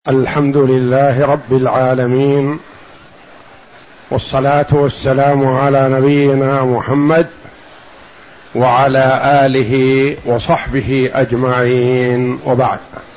الحمد لله رب العالمين، والصلاة والسلام على نبينا محمد وعلى آله وصحبه أجمعين، وبعد.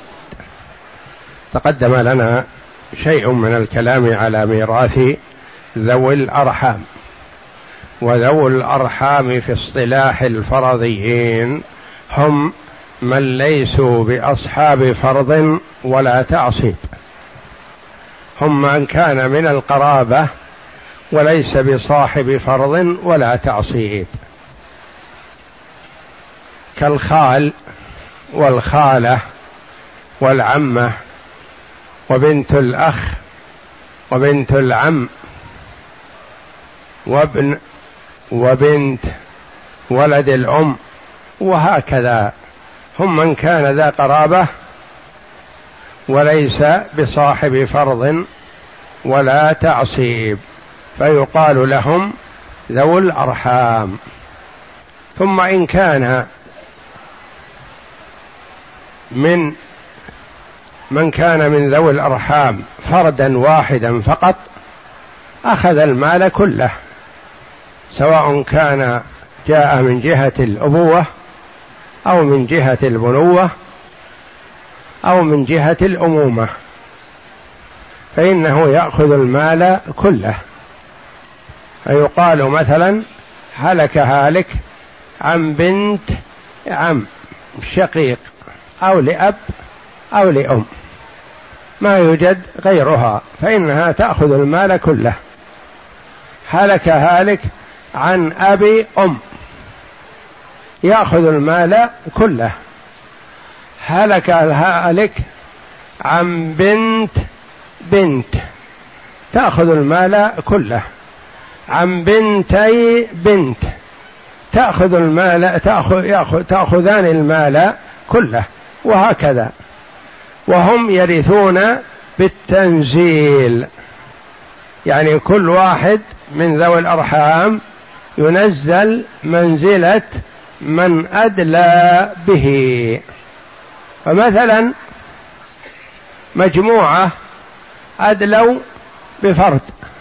تقدم لنا شيء من الكلام على ميراث ذوي الأرحام. وذوي الأرحام في اصطلاح الفرضيين هم من ليسوا بأصحاب فرض ولا تعصيب، هم من كان من القرابة وليس بصاحب فرض ولا تعصيب، كالخال والخالة والعمة وبنت الأخ وبنت العم وابن وبنت ولد الأم، وهكذا هم من كان ذا قرابة وليس بصاحب فرض ولا تعصيب، فيقال لهم ذوو الأرحام. ثم إن كان من كان من ذوي الأرحام فردا واحدا فقط أخذ المال كله، سواء كان جاء من جهة الأبوة أو من جهة البنوة أو من جهة الأمومة، فإنه يأخذ المال كله. فيقال مثلا هلك هالك عن بنت عم شقيق أو لأب أو لأم، ما يوجد غيرها، فإنها تأخذ المال كله. هلك هالك عن أبي أم يأخذ المال كله. هلك الهالك عن بنت تأخذ المال كله. عن بنتي بنت تأخذ المال تأخذان المال كله، وهكذا. وهم يرثون بالتنزيل، يعني كل واحد من ذوي الأرحام ينزل منزلة من أدلى به. فمثلا مجموعة أدلوا بفرد،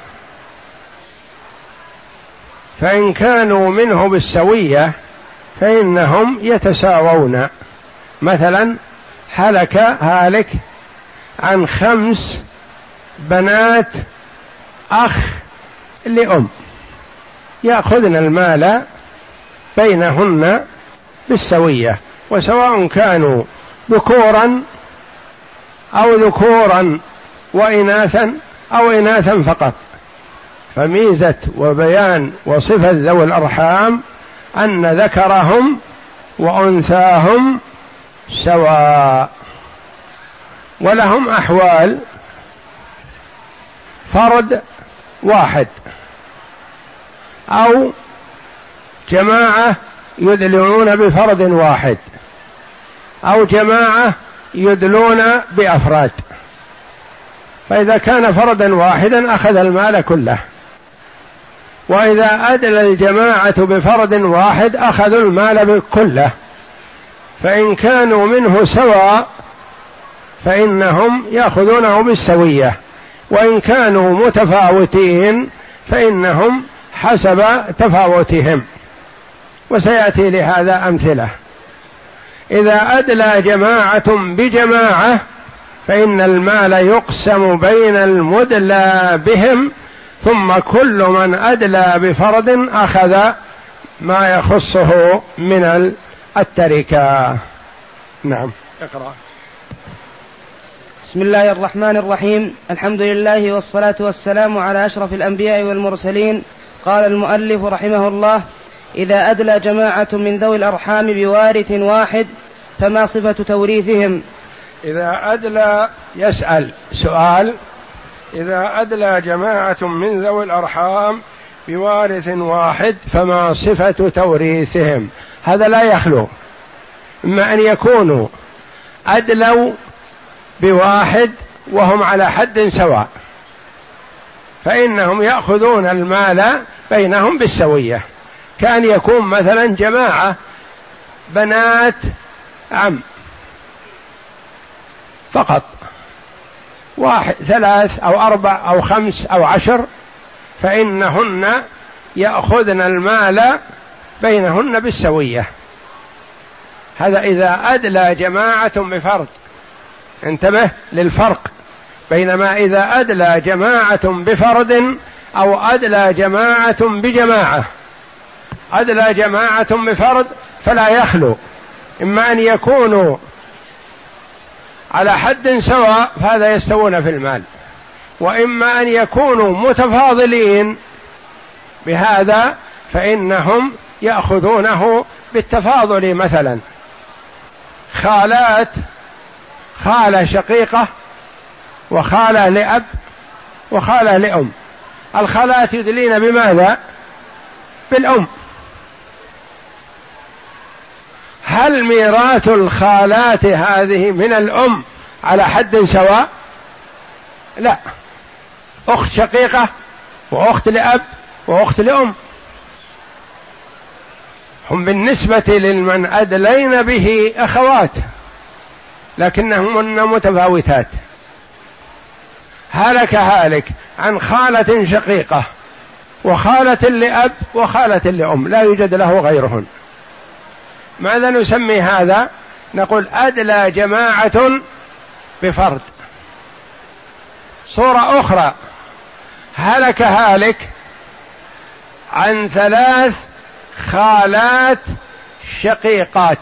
فإن كانوا منه بالسوية فإنهم يتساوون. مثلا هلك هالك عن 5 بنات أخ لأم، يأخذن المال بينهن بالسوية، وسواء كانوا ذكورا أو ذكورا وإناثا أو إناثا فقط. فميزة وبيان وصفة ذوي الأرحام أن ذكرهم وأنثاهم سواء، ولهم أحوال: فرد واحد، أو جماعة يدلون بفرد واحد، أو جماعة يدلون بأفراد. فإذا كان فردا واحدا أخذ المال كله، وإذا أدلى الجماعة بفرد واحد أخذوا المال كله. فإن كانوا منه سواء فإنهم يأخذونه بالسوية، وإن كانوا متفاوتين فإنهم حسب تفاوتهم، وسيأتي لهذا أمثلة. إذا أدلى جماعة بجماعة فإن المال يقسم بين المدلى بهم، ثم كل من أدلى بفرد أخذ ما يخصه من التركة. نعم، اقرأ. بسم الله الرحمن الرحيم. الحمد لله والصلاة والسلام على أشرف الأنبياء والمرسلين. قال المؤلف رحمه الله: إذا أدلى جماعة من ذوي الأرحام بوارث واحد فما صفة توريثهم؟ إذا أدلى يسأل سؤال: إذا أدلى جماعة من ذوي الأرحام بوارث واحد فما صفة توريثهم؟ هذا لا يخلو، إما أن يكونوا أدلوا بواحد وهم على حد سواء، فإنهم يأخذون المال بينهم بالسوية، كان يكون مثلا جماعة بنات عم فقط، واحد 3 أو 4 أو 5 أو 10 فإنهن يأخذن المال بينهن بالسوية. هذا إذا أدلى جماعة بفرد، انتبه للفرق بينما إذا أدلى جماعة بفرد أو أدلى جماعة بجماعة. أدلى جماعة بفرد فلا يخلو، إما أن يكونوا على حد سواء فهذا يستوون في المال، وإما أن يكونوا متفاضلين بهذا فإنهم يأخذونه بالتفاضل. مثلا خالات، خالة شقيقة وخالة لأب وخالة لأم. الخالات يدلين بماذا؟ بالأم. هل ميراث الخالات هذه من الأم على حد سواء؟ لا، أخت شقيقة وأخت لأب وأخت لأم، هم بالنسبة لمن أدلين به أخوات لكنهن متفاوتات. هلك هالك عن خالة شقيقة وخالة لأب وخالة لأم لا يوجد له غيرهن، ماذا نسمي هذا؟ نقول أدلى جماعة بفرد. صورة أخرى، هلك هالك عن 3 خالات شقيقات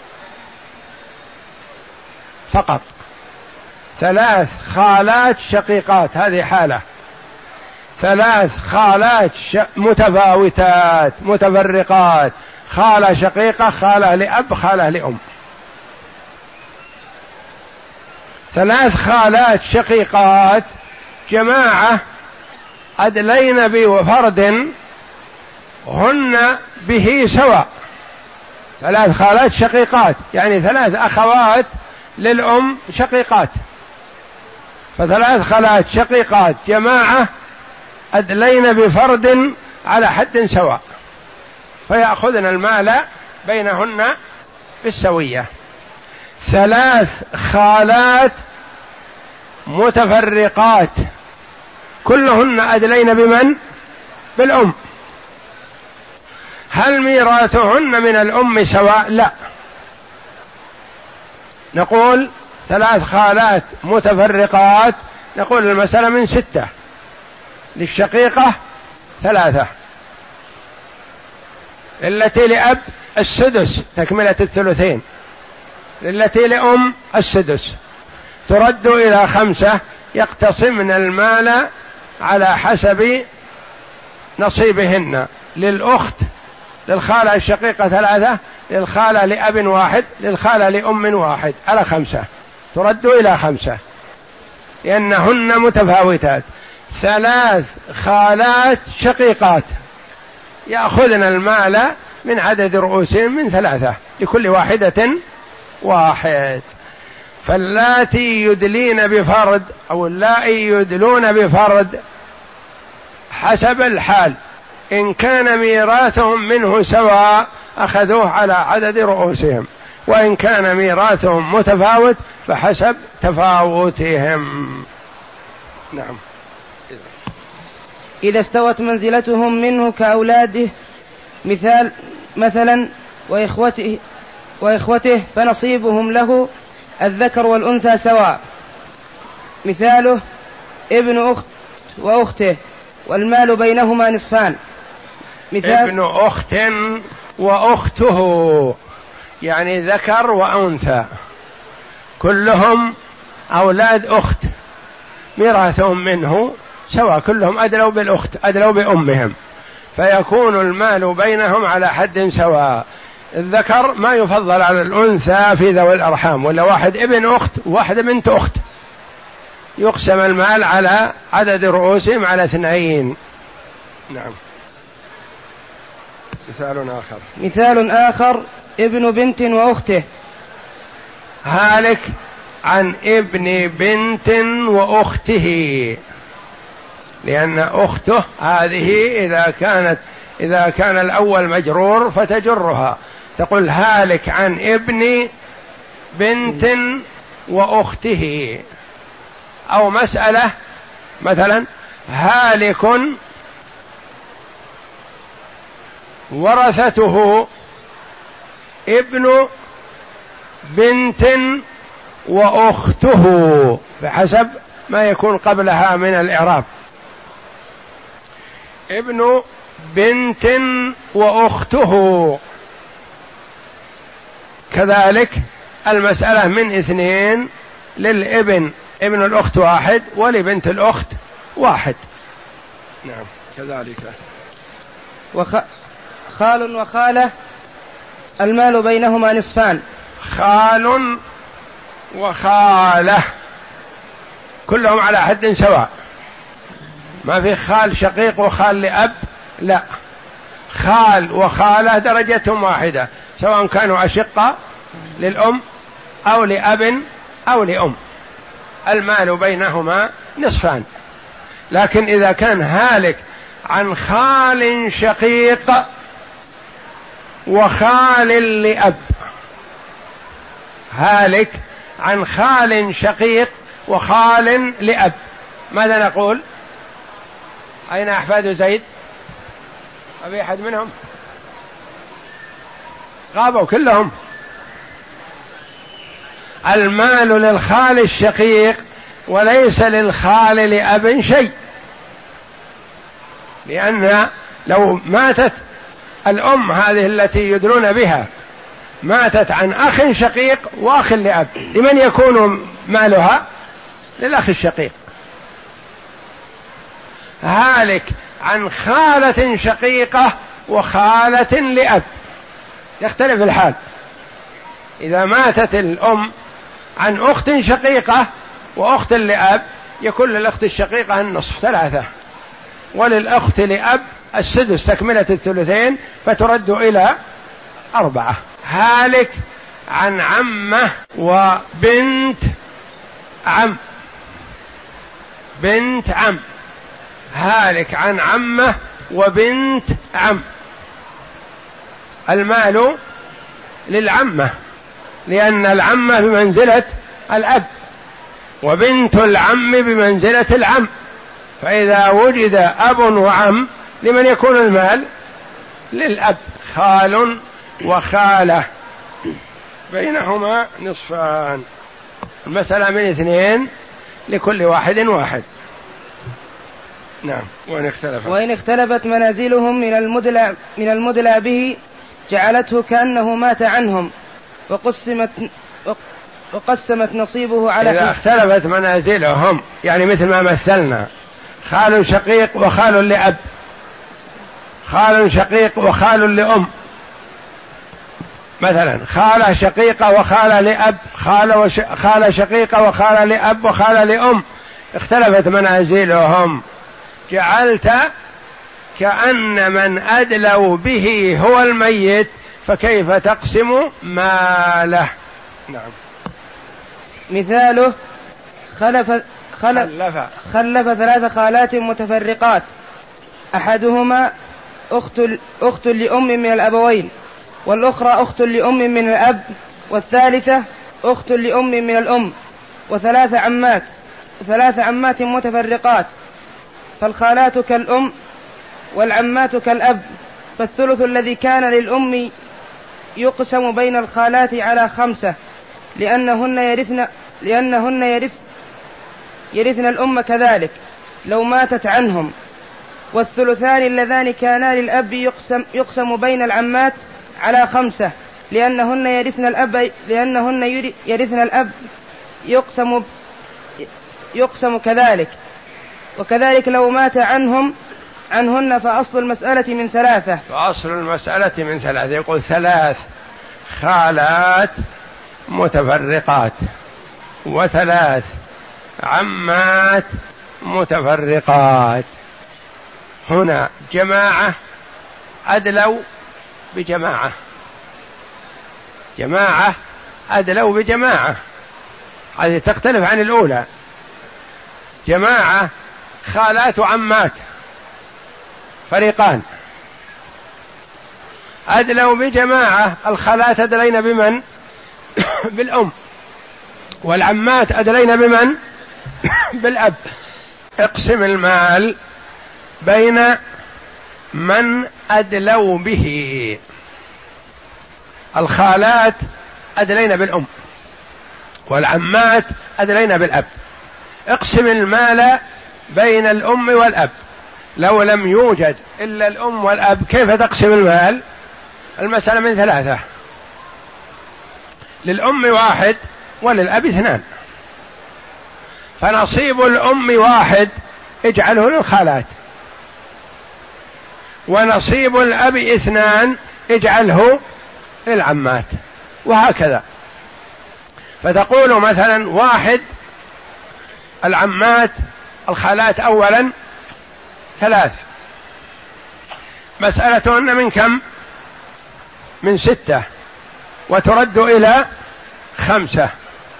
فقط، 3 خالات شقيقات، هذه حالة. 3 خالات متفاوتات متفرقات، خالة شقيقة، خالة لأب، خالة لأم. 3 خالات شقيقات جماعة أدلين بفرد هن به سواء. 3 خالات شقيقات يعني 3 أخوات للأم شقيقات، ف3 خالات شقيقات جماعة أدلين بفرد على حد سواء فيأخذن المال بينهن بالسوية. 3 خالات متفرقات كلهن أدلين بمن؟ بالأم. هل ميراثهن من الأم سواء؟ لا، نقول 3 خالات متفرقات، نقول المسألة من 6، للشقيقة 3، للتي لأب 1/6 تكملة 2، للتي لأم 1/6، ترد إلى 5، يقتسمن المال على حسب نصيبهن. للأخت للخالة الشقيقة 3، للخالة لأب 1، للخالة لأم 1 على 5، ترد إلى 5 لأنهن متفاوتات. 3 خالات شقيقات يأخذن المال من عدد رؤوسهم من 3، لكل واحدة 1. فاللاتي يدلين بفرد أو اللائي يدلون بفرد حسب الحال، إن كان ميراثهم منه سواء أخذوه على عدد رؤوسهم، وإن كان ميراثهم متفاوت فحسب تفاوتهم. نعم. إذا استوت منزلتهم منه كأولاده مثلا وإخوته فنصيبهم له الذكر والأنثى سواء. مثاله ابن أخت وأخته والمال بينهما نصفان. ابن أخت وأخته يعني ذكر وأنثى كلهم أولاد أخت، ميراثهم منه سواء، كلهم أدلوا بالأخت، أدلوا بأمهم، فيكون المال بينهم على حد سواء. الذكر ما يفضل على الأنثى في ذوي الأرحام، ولا واحد ابن أخت وواحد بنت أخت، يقسم المال على عدد رؤوسهم على 2. نعم. مثال آخر ابن بنت وأخته. هالك عن ابن بنت وأخته، لأن أخته هذه إذا كان الأول مجرور فتجرها، تقول هالك عن ابن بنت وأخته. أو مسألة مثلا هالك ورثته ابن بنت وأخته، بحسب ما يكون قبلها من الإعراب، ابن بنت وأخته. كذلك المسألة من 2 للابن، ابن الأخت 1 ولبنت الأخت 1. نعم كذلك. خال وخالة المال بينهما نصفان. خال وخالة كلهم على حد سواء، ما في خال شقيق وخال لأب، لا، خال وخالة درجتهم واحدة، سواء كانوا أشقاء للأم أو لأب أو لأم، المال بينهما نصفان. لكن إذا كان هالك عن خال شقيق وخال لأب، هالك عن خال شقيق وخال لأب، ماذا نقول؟ أين أحفاد زيد؟ أبي أحد منهم؟ غابوا كلهم. المال للخال الشقيق وليس للخال لأب شيء، لأن لو ماتت الأم هذه التي يدرون بها ماتت عن أخ شقيق وأخ لأب، لمن يكون مالها؟ للأخ الشقيق. هالك عن خالة شقيقة وخالة لأب يختلف الحال. إذا ماتت الأم عن أخت شقيقة وأخت لأب يكون للأخت الشقيقة النصف 3، وللأخت لأب 6 تكملة 2 فترد إلى 4. هالك عن عمة وبنت عم، بنت عم، هالك عن عمة وبنت عم، المال للعمة لأن العمة بمنزلة الأب، وبنت العم بمنزلة العم، فإذا وجد أب وعم لمن يكون المال؟ للأب. خال وخالة بينهما نصفان، المسألة من 2 لكل واحد 1. نعم. وإن اختلفت منازلهم من المدلى به جعلته كأنه مات عنهم وقسمت نصيبه على إذا اختلفت منازلهم، يعني مثل ما مثلنا خال شقيق وخال لأب، خال شقيق وخال لأم، مثلا خالة شقيقة وخالة لأب، خالة شقيقة وخالة لأب وخالة لأم، اختلفت منازلهم، جعلت كأن من أدلوا به هو الميت، فكيف تقسم ماله؟ نعم. مثاله خلف 3 خالات متفرقات، أحدهما أخت لأم من الأبوين، والأخرى أخت لأم من الأب، والثالثة أخت لأم من الأم، و3 عمات متفرقات، فالخالات كالأم والعمات كالأب، فالثلث الذي كان للأم يقسم بين الخالات على 5 لأنهن يرثن الأم كذلك لو ماتت عنهم، والثلثان اللذان كانا للأب يقسم بين العمات على 5 لأنهن يرثن الأب يقسم كذلك، وكذلك لو مات عنهن فأصل المسألة من 3. فأصل المسألة من 3، يقول 3 خالات متفرقات و3 عمات متفرقات. هنا جماعة أدلوا بجماعة، جماعة أدلوا بجماعة، هذه تختلف عن الأولى. جماعة خالات وعمات فريقان، أدلوا بجماعة، الخالات أدلين بمن؟ بالأم، والعمات أدلين بمن؟ بالأب اقسم المال بين من أدلوا به. الخالات أدلين بالأم والعمات أدلين بالأب، اقسم المال بين الأم والأب. لو لم يوجد إلا الأم والأب كيف تقسم المال؟ المسألة من ثلاثة: للأم واحد وللأب اثنان، فنصيب الأم واحد اجعله للخالات، ونصيب الأب اثنان اجعله للعمات، وهكذا. فتقول مثلا واحد العمات الخالات أولا 3، مسألتهن من كم؟ من 6 وترد إلى 5.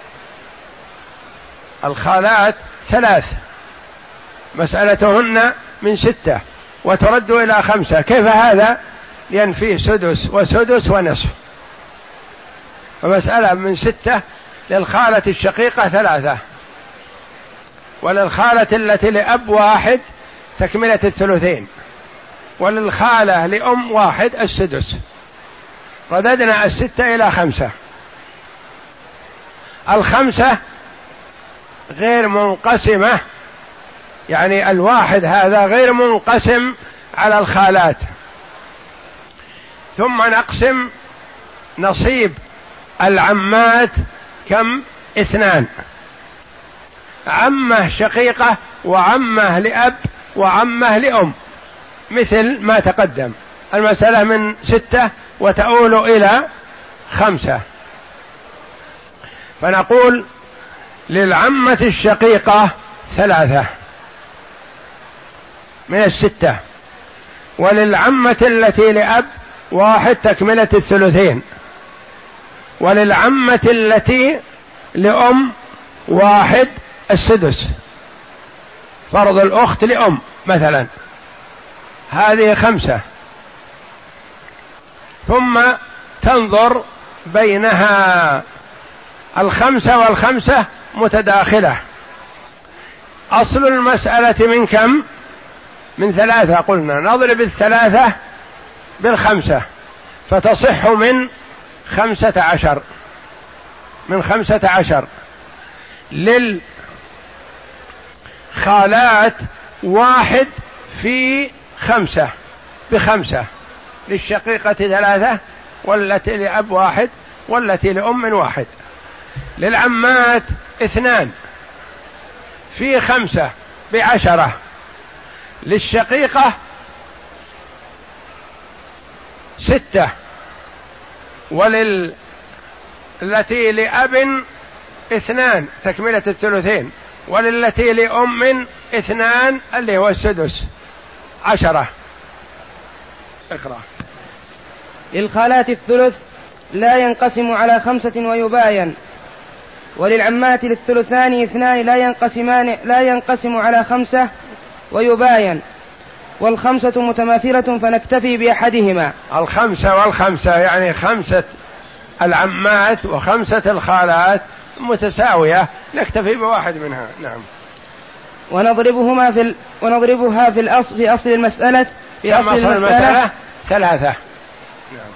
الخالات 3 مسألتهن من 6 وترد إلى 5. كيف هذا؟ لأن فيه سدس وسدس ونصف، فمسألة من 6 للخالة الشقيقة 3، وللخالة التي لأب 1 تكملة 2، وللخالة لأم 1 السدس. رددنا 6 إلى 5. 5 غير منقسمة، يعني 1 هذا غير منقسم على الخالات. ثم نقسم نصيب العمات كم؟ 2، عمة شقيقة وعمة لأب وعمة لأم، مثل ما تقدم. المسألة من 6 وتؤول إلى 5. فنقول للعمة الشقيقة 3 من 6، وللعمة التي لأب 1 تكملة 2، وللعمة التي لأم 1 السدس، فرض الأخت لأم مثلا، هذه 5. ثم تنظر بينها 5 و5 متداخلة. أصل المسألة من كم؟ من 3 قلنا، نضرب 3 5 فتصح من 15. من 15 للخالات 1 في 5 ب5، للشقيقة 3 والتي لأب 1 والتي لأم 1. للعمات 2 في 5 ب10، للشقيقة 6، وللتي لأب 2 تكملة 2، وللتي لأم 2 اللي هو السدس 10. اقرأ. للخالات 3 لا ينقسم على 5 ويباين، وللعمات 2 لا ينقسم على 5 ويباين، وال5 متماثلة فنكتفي بأحدهما. 5 و5 يعني 5 العمات و5 الخالات متساوية، نكتفي بواحد منها. نعم. ونضربها في أصل المسألة 3. نعم.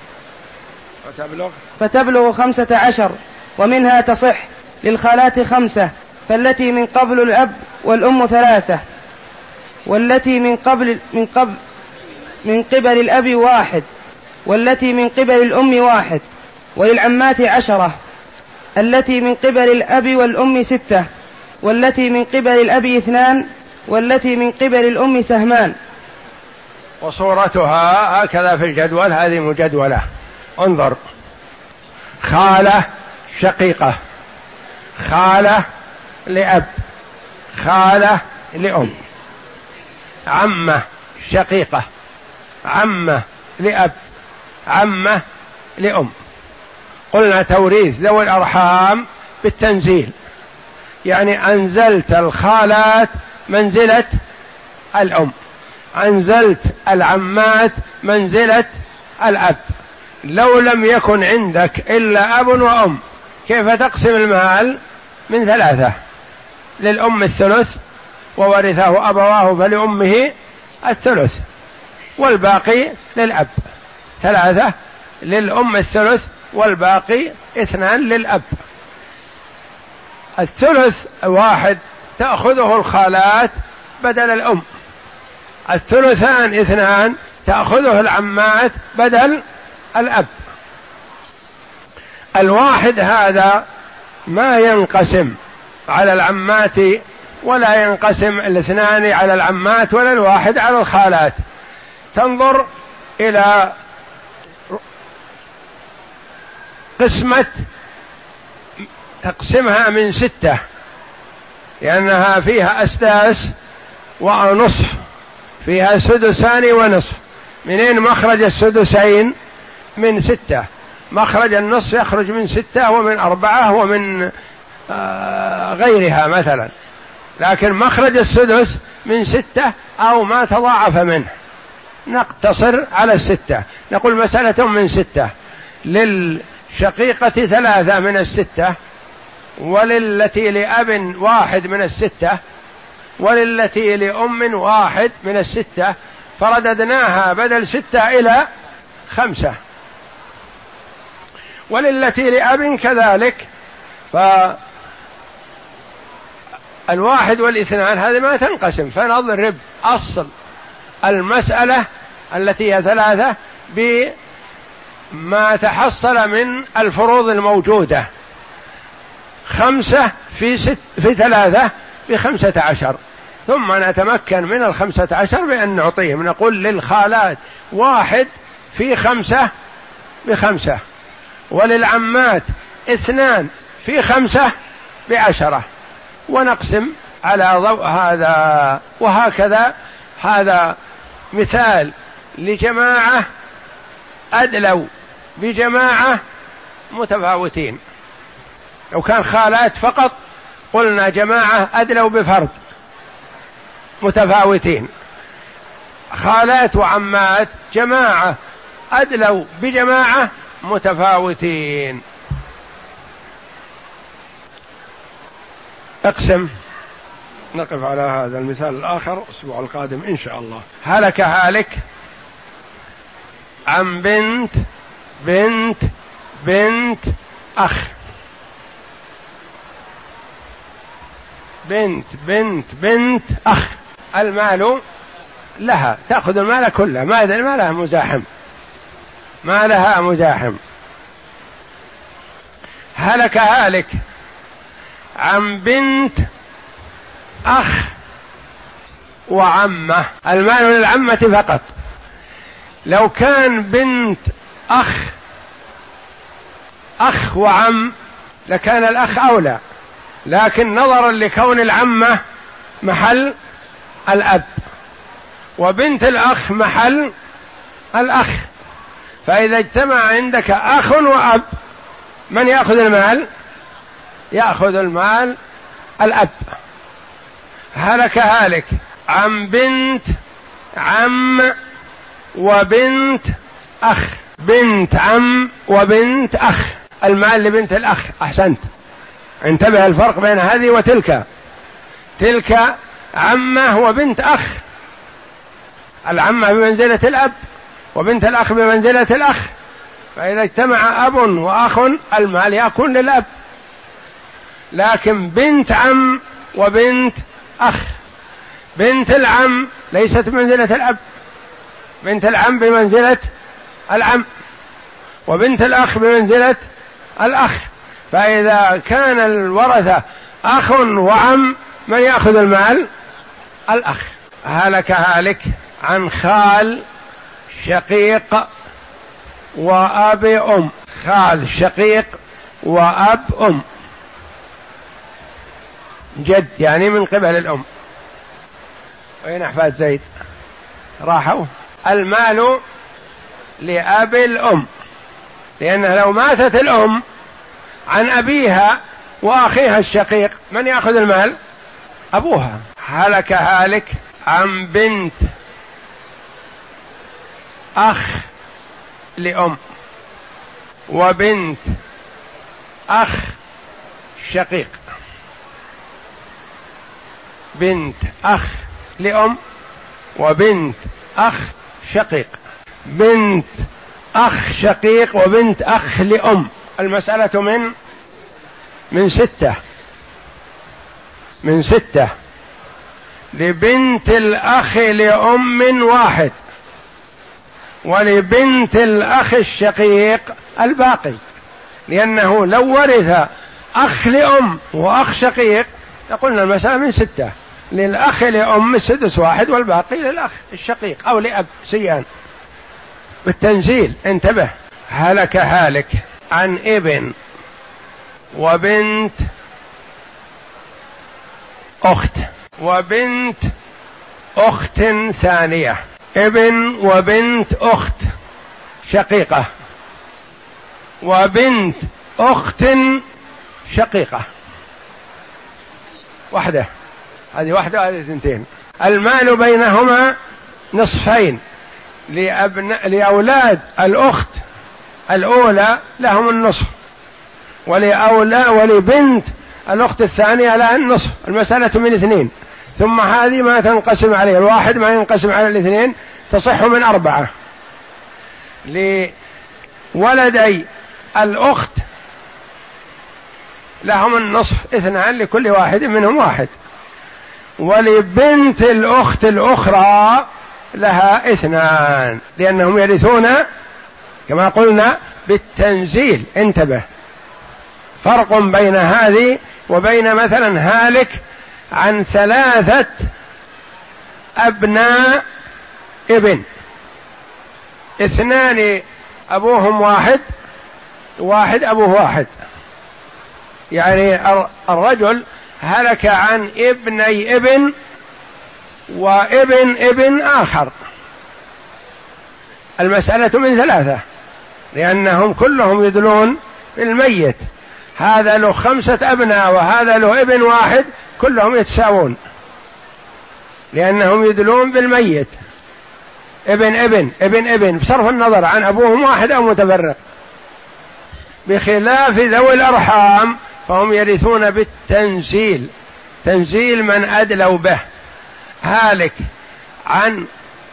فتبلغ 15، ومنها تصح للخالات 5، فالتي من قبل الأب والأم 3، والتي من قبل الأب 1، والتي من قبل الأم 1. وللعمات 10، التي من قبل الأب والأم 6، والتي من قبل الأب 2، والتي من قبل الأم 2. وصورتها هكذا في الجدول، هذه مجدولة. انظر: خالة شقيقة، خالة لأب، خالة لأم، عمة شقيقة، عمة لأب، عمة لأم. قلنا توريث ذوي الأرحام بالتنزيل، يعني أنزلت الخالات منزلة الأم، أنزلت العمات منزلة الأب. لو لم يكن عندك إلا أب وأم كيف تقسم المال؟ من 3. للأم الثلث وورثه أبواه فلأمه الثلث، والباقي للأب. 3 للأم الثلث والباقي 2 للأب. الثلث 1 تأخذه الخالات بدل الأم، 2 تأخذه العمات بدل الأب. 1 هذا ما ينقسم على العمات ولا ينقسم 2 على العمات ولا 1 على الخالات. تنظر إلى قسمة تقسمها من 6 لأنها فيها أسداس ونصف، فيها 2 ونصف. منين مخرج 2 من 6؟ مخرج النصف يخرج من 6 ومن 4 ومن غيرها مثلا، لكن مخرج 1 من 6 أو ما تضاعف منه. نقتصر على 6، نقول مسألة من 6 للشقيقة 3 من 6، وللتي لأب 1 من 6، وللتي لأم 1 من 6، فرددناها بدل 6 إلى 5، وللتي لأب كذلك. فالواحد والاثنان هذه ما تنقسم، فنضرب أصل المسألة التي هي 3 بما تحصل من الفروض الموجودة. 5 في 3 ب15، ثم نتمكن من 15 بأن نعطيهم، نقول للخالات 1 في 5 ب5، وللعمات 2 في 5 ب10، ونقسم على ضوء هذا. وهكذا هذا مثال لجماعة أدلوا بجماعة متفاوتين. لو كان خالات فقط قلنا جماعة أدلوا بفرد متفاوتين، خالات وعمات جماعة أدلوا بجماعة متفاوتين. اقسم. نقف على هذا المثال الآخر الأسبوع القادم إن شاء الله. هلك هالك عن بنت بنت بنت أخ، بنت بنت بنت أخ، المال لها، تأخذ المال كله، ما لها مزاحم، ما لها مزاحم. هلك هالك عن بنت أخ وعمة، المال للعمة فقط. لو كان بنت أخ وعم لكان الأخ أولى، لكن نظرا لكون العمة محل الأب وبنت الأخ محل الأخ، فإذا اجتمع عندك أخ وأب من يأخذ المال؟ يأخذ المال الأب. هلك هالك عن بنت عم وبنت أخ، بنت عم وبنت أخ، المال لبنت الأخ. أحسنت، انتبه الفرق بين هذه وتلك. تلك عمة وبنت أخ، العمة بمنزلة الأب وبنت الأخ بمنزلة الأخ، فإذا اجتمع أب وأخ المال يكون للأب. لكن بنت عم وبنت أخ، بنت العم ليست بمنزلة الأب، بنت العم بمنزلة العم، وبنت الأخ بمنزلة الأخ. فإذا كان الورثة أخ وعم من يأخذ المال؟ الأخ. هلك هالك عن خال شقيق وأب أم، خال شقيق وأب أم، جد يعني من قبل الأم. وين أحفاد زيد؟ راحوا. المال لأب الأم، لأن لو ماتت الأم عن أبيها وأخيها الشقيق من يأخذ المال؟ أبوها. هلك هالك عن بنت أخ لأم وبنت أخ شقيق، بنت أخ لأم وبنت أخ شقيق، بنت أخ شقيق وبنت أخ لأم. المسألة من ستة لبنت الأخ لأم واحد، ولبنت الأخ الشقيق الباقي، لأنه لو ورث أخ لأم وأخ شقيق قلنا المسألة من ستة، للأخ لأم السدس واحد والباقي للأخ الشقيق أو لأب سيان بالتنزيل. انتبه، هلك هالك عن ابن وبنت أخت وبنت أخت ثانية، ابن وبنت أخت شقيقة وبنت أخت شقيقة، واحدة، هذه واحدة وهذه اثنتين. المال بينهما نصفين، لأولاد الأخت الأولى لهم النصف، ولبنت الأخت الثانية لها النصف. المسألة من اثنين، ثم هذه ما تنقسم عليه الواحد، ما ينقسم على الاثنين، تصح من أربعة. لولدي الأخت لهم النصف، اثنان لكل واحد منهم واحد، ولبنت الأخت الأخرى لها اثنان، لأنهم يرثون كما قلنا بالتنزيل. انتبه، فرق بين هذه وبين مثلا هالك عن 3 أبناء ابن، 2 أبوهم واحد أبوه واحد، يعني الرجل هلك عن ابني ابن وابن ابن آخر. المسألة من 3، لأنهم كلهم يدلون بالميت، هذا له 5 أبناء وهذا له ابن واحد، كلهم يتساوون لأنهم يدلون بالميت، ابن ابن ابن ابن بصرف النظر عن أبوهم واحد أو متفرق. بخلاف ذوي الأرحام فهم يرثون بالتنزيل، تنزيل من أدلوا به. هالك عن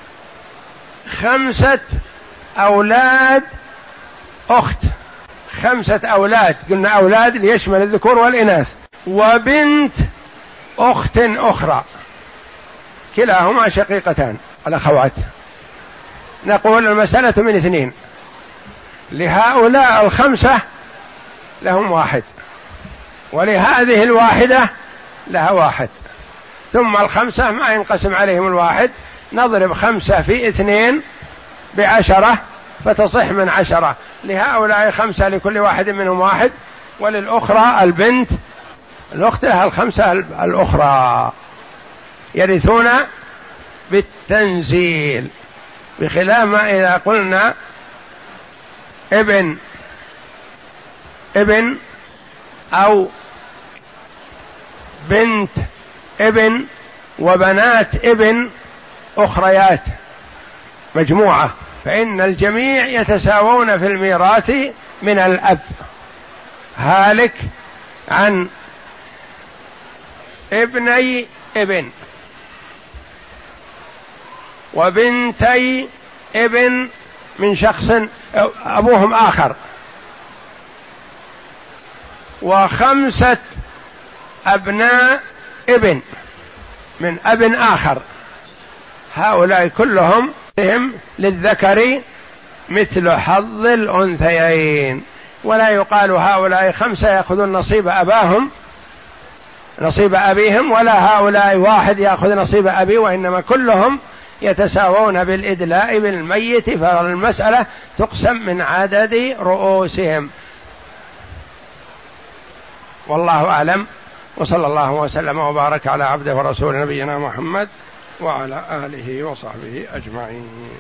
5 أولاد أخت، 5 أولاد، قلنا أولاد ليشمل الذكور والإناث، وبنت أخت أخرى، كلاهما شقيقتان الأخوات. نقول المسألة من 2، لهؤلاء 5 لهم واحد، ولهذه الواحدة لها واحد، ثم 5 ما ينقسم عليهم الواحد، نضرب 5 في 2 ب10 فتصح من 10. لهؤلاء 5 لكل واحد منهم واحد، وللأخرى البنت الأخت لها 5 الأخرى، يرثون بالتنزيل. بخلاف ما إذا قلنا ابن ابن أو بنت ابن وبنات ابن أخريات مجموعة، فإن الجميع يتساوون في الميراث من الأب. هالك عن ابني ابن وبنتي ابن من شخص أبوهم آخر، و5 أبناء ابن من أب آخر، هؤلاء كلهم للذكر مثل حظ الأنثيين، ولا يقال هؤلاء 5 يأخذون نصيب أباهم نصيب أبيهم، ولا هؤلاء 1 يأخذ نصيب أبي، وإنما كلهم يتساوون بالإدلاء بالميت، فالمسألة تقسم من عدد رؤوسهم. والله أعلم، وصلى الله وسلم وبارك على عبده ورسول نبينا محمد وعلى آله وصحبه أجمعين.